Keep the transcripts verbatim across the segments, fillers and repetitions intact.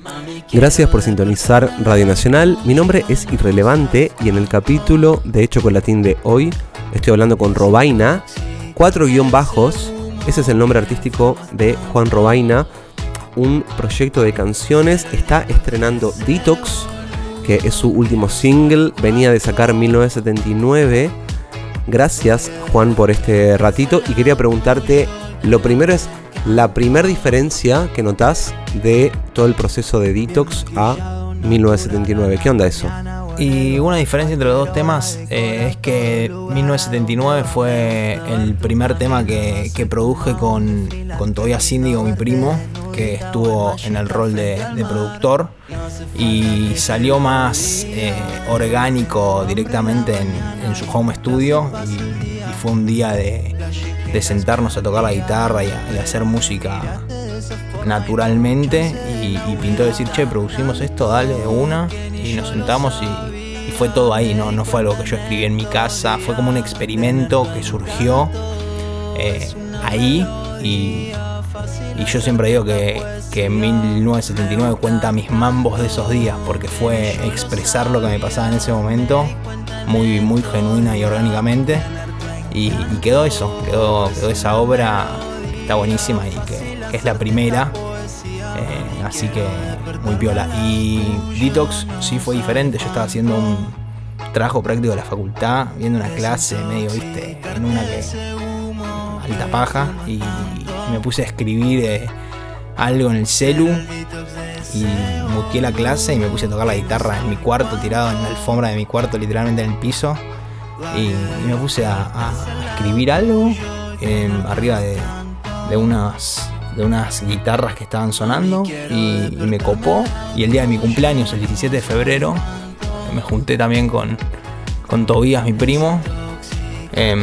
Gracias por sintonizar Radio Nacional. Mi nombre es Irrelevante y en el capítulo de Chocolatín de hoy estoy hablando con Robaina, cuatro guión bajos. Ese es el nombre artístico de Juan Robaina, un proyecto de canciones. Está estrenando Detox, que es su último single, venía de sacar mil novecientos setenta y nueve. Gracias, Juan, por este ratito. Y quería preguntarte, lo primero es la primera diferencia que notás de todo el proceso de Detox a mil novecientos setenta y nueve. ¿Qué onda eso? Y una diferencia entre los dos temas eh, es que mil novecientos setenta y nueve fue el primer tema que, que produje con, con Tobias Índigo, mi primo, que estuvo en el rol de, de productor, y salió más eh, orgánico directamente en, en su home studio, y, y fue un día de, de sentarnos a tocar la guitarra y a, y a hacer música naturalmente, y, y pintó decir, che, producimos esto, dale de una, y nos sentamos y, y fue todo ahí, ¿no? No fue algo que yo escribí en mi casa, fue como un experimento que surgió eh, ahí, y, y yo siempre digo que, que mil novecientos setenta y nueve cuenta mis mambos de esos días, porque fue expresar lo que me pasaba en ese momento, muy, muy genuina y orgánicamente, y, y quedó eso, quedó, quedó esa obra que está buenísima y que, que es la primera. Eh, así que muy piola. Y Detox sí fue diferente. Yo estaba haciendo un trabajo práctico de la facultad, viendo una clase medio, viste, en una que alta paja, y, y me puse a escribir eh, algo en el celu, y muteé la clase y me puse a tocar la guitarra en mi cuarto, tirado en la alfombra de mi cuarto, literalmente en el piso, y, y me puse a, a escribir algo eh, arriba de, de unas de unas guitarras que estaban sonando, y, y me copó. Y el día de mi cumpleaños, el diecisiete de febrero, me junté también con, con Tobías, mi primo, eh,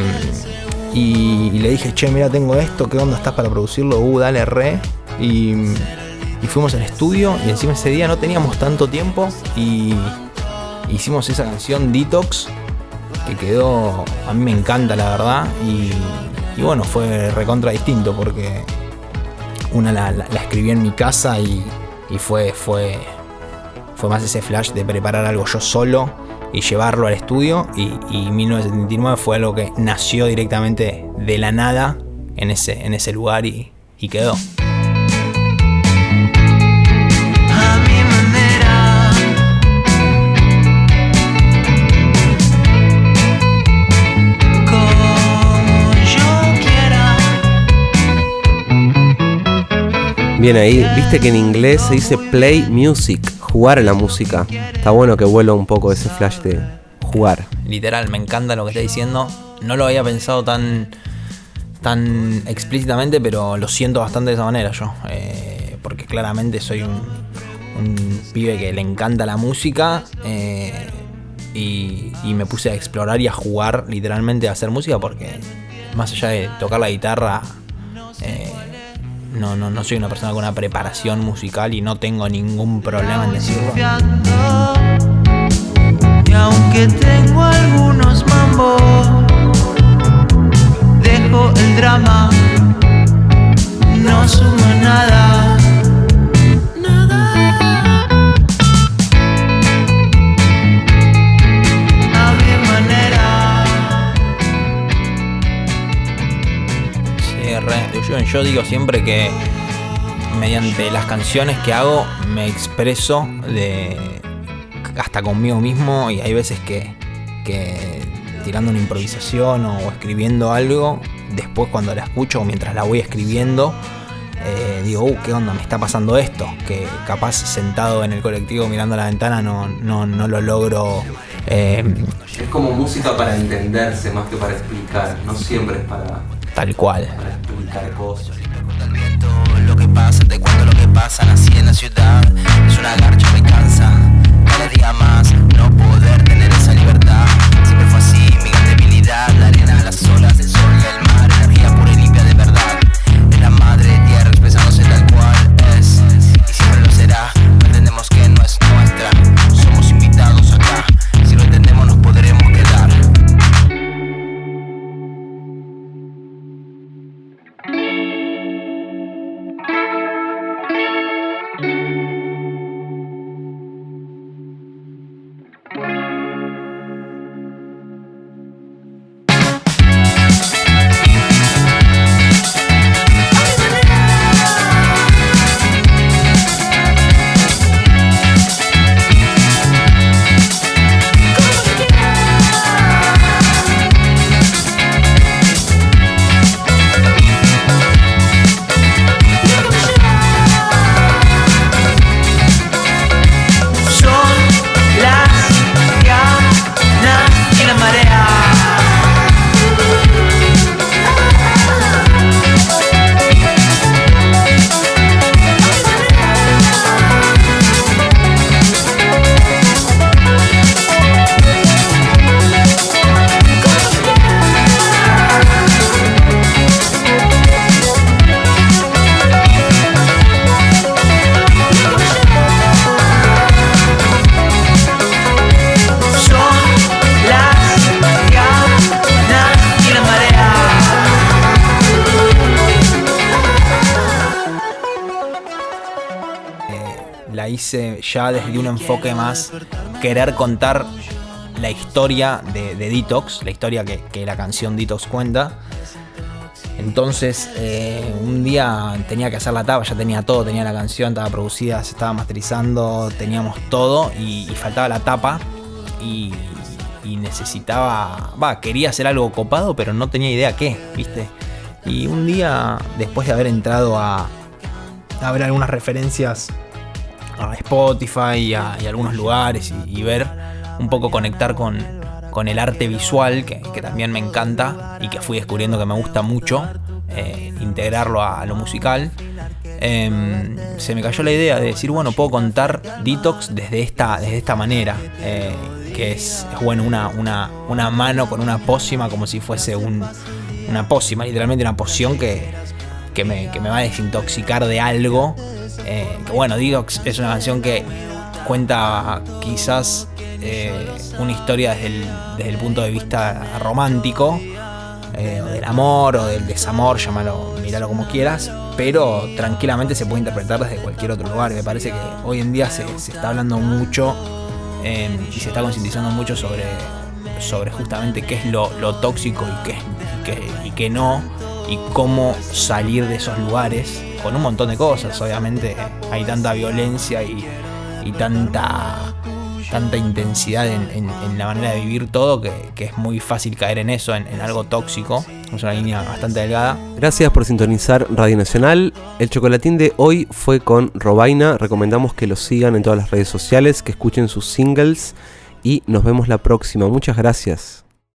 y, y le dije, che, mira, tengo esto, ¿qué onda estás para producirlo? Uh, dale re. Y, y fuimos al estudio, y encima ese día no teníamos tanto tiempo, y hicimos esa canción Detox, que quedó, a mí me encanta la verdad, y, y bueno, fue recontra distinto, porque una la, la, la escribí en mi casa, y, y fue, fue, fue más ese flash de preparar algo yo solo y llevarlo al estudio, y, y mil novecientos setenta y nueve fue algo que nació directamente de la nada en ese, en ese lugar, y, y quedó. Bien ahí, viste que en inglés se dice play music, jugar a la música. Está bueno que vuelva un poco ese flash de jugar. Literal, me encanta lo que está diciendo. No lo había pensado tan, tan explícitamente, pero lo siento bastante de esa manera yo. Eh, porque claramente soy un, un pibe que le encanta la música, eh, y, y me puse a explorar y a jugar, literalmente a hacer música, porque más allá de tocar la guitarra, eh, No, no, no soy una persona con una preparación musical, y no tengo ningún problema en decirlo. Y aunque tengo algunos mambos, dejo el drama, no sumo nada. A mi manera. Sí, re. Yo, yo digo siempre que mediante las canciones que hago me expreso de, hasta conmigo mismo, y hay veces que, que tirando una improvisación o escribiendo algo, después cuando la escucho o mientras la voy escribiendo, eh, digo, uh, ¿qué onda? Me está pasando esto, que capaz sentado en el colectivo mirando a la ventana no, no, no lo logro. Eh, es como música para entenderse más que para explicar, no siempre es para... Tal cual. Para explicar cosas. Lo que pasa, te cuento lo que pasa, nací en la ciudad, es una garcha, me cansa, cada día más, no poder tener esa libertad, siempre fue así, mi gran debilidad, la arena, las olas, el sol y el mar, energía pura y limpia de verdad, es la madre tierra expresándose tal cual es, y siempre lo será, entendemos que no es nuestra, somos invitados acá, si lo entendemos nos podremos quedar. Thank you. eh, la hice ya desde un enfoque más querer contar la historia de, de Detox, la historia que, que la canción Detox cuenta. Entonces eh, un día tenía que hacer la tapa, ya tenía todo, tenía la canción, estaba producida, se estaba masterizando, teníamos todo y, y faltaba la tapa y, y necesitaba, va, quería hacer algo copado, pero no tenía idea qué, ¿viste? Y un día, después de haber entrado a, a ver algunas referencias a Spotify y a, y a algunos lugares y, y ver un poco, conectar con, con el arte visual, que, que también me encanta y que fui descubriendo que me gusta mucho, eh, integrarlo a, a lo musical, eh, se me cayó la idea de decir, bueno, puedo contar Detox desde esta, desde esta manera, eh, que es, es bueno, una, una, una mano con una pócima, como si fuese un, una pócima, literalmente una poción que, que, me, que me va a desintoxicar de algo. Eh, que bueno, Detox es una canción que cuenta quizás eh, una historia desde el, desde el punto de vista romántico, eh, o del amor o del desamor, llámalo, míralo como quieras, pero tranquilamente se puede interpretar desde cualquier otro lugar. Me parece que hoy en día se, se está hablando mucho eh, y se está concientizando mucho sobre, sobre justamente qué es lo, lo tóxico y qué, y, qué, y qué no, y cómo salir de esos lugares con un montón de cosas. Obviamente hay tanta violencia y, y tanta, tanta intensidad en, en, en la manera de vivir todo que, que es muy fácil caer en eso, en, en algo tóxico. Es una línea bastante delgada. Gracias por sintonizar Radio Nacional. El chocolatín de hoy fue con Robaina. Recomendamos que lo sigan en todas las redes sociales, que escuchen sus singles y nos vemos la próxima. Muchas gracias.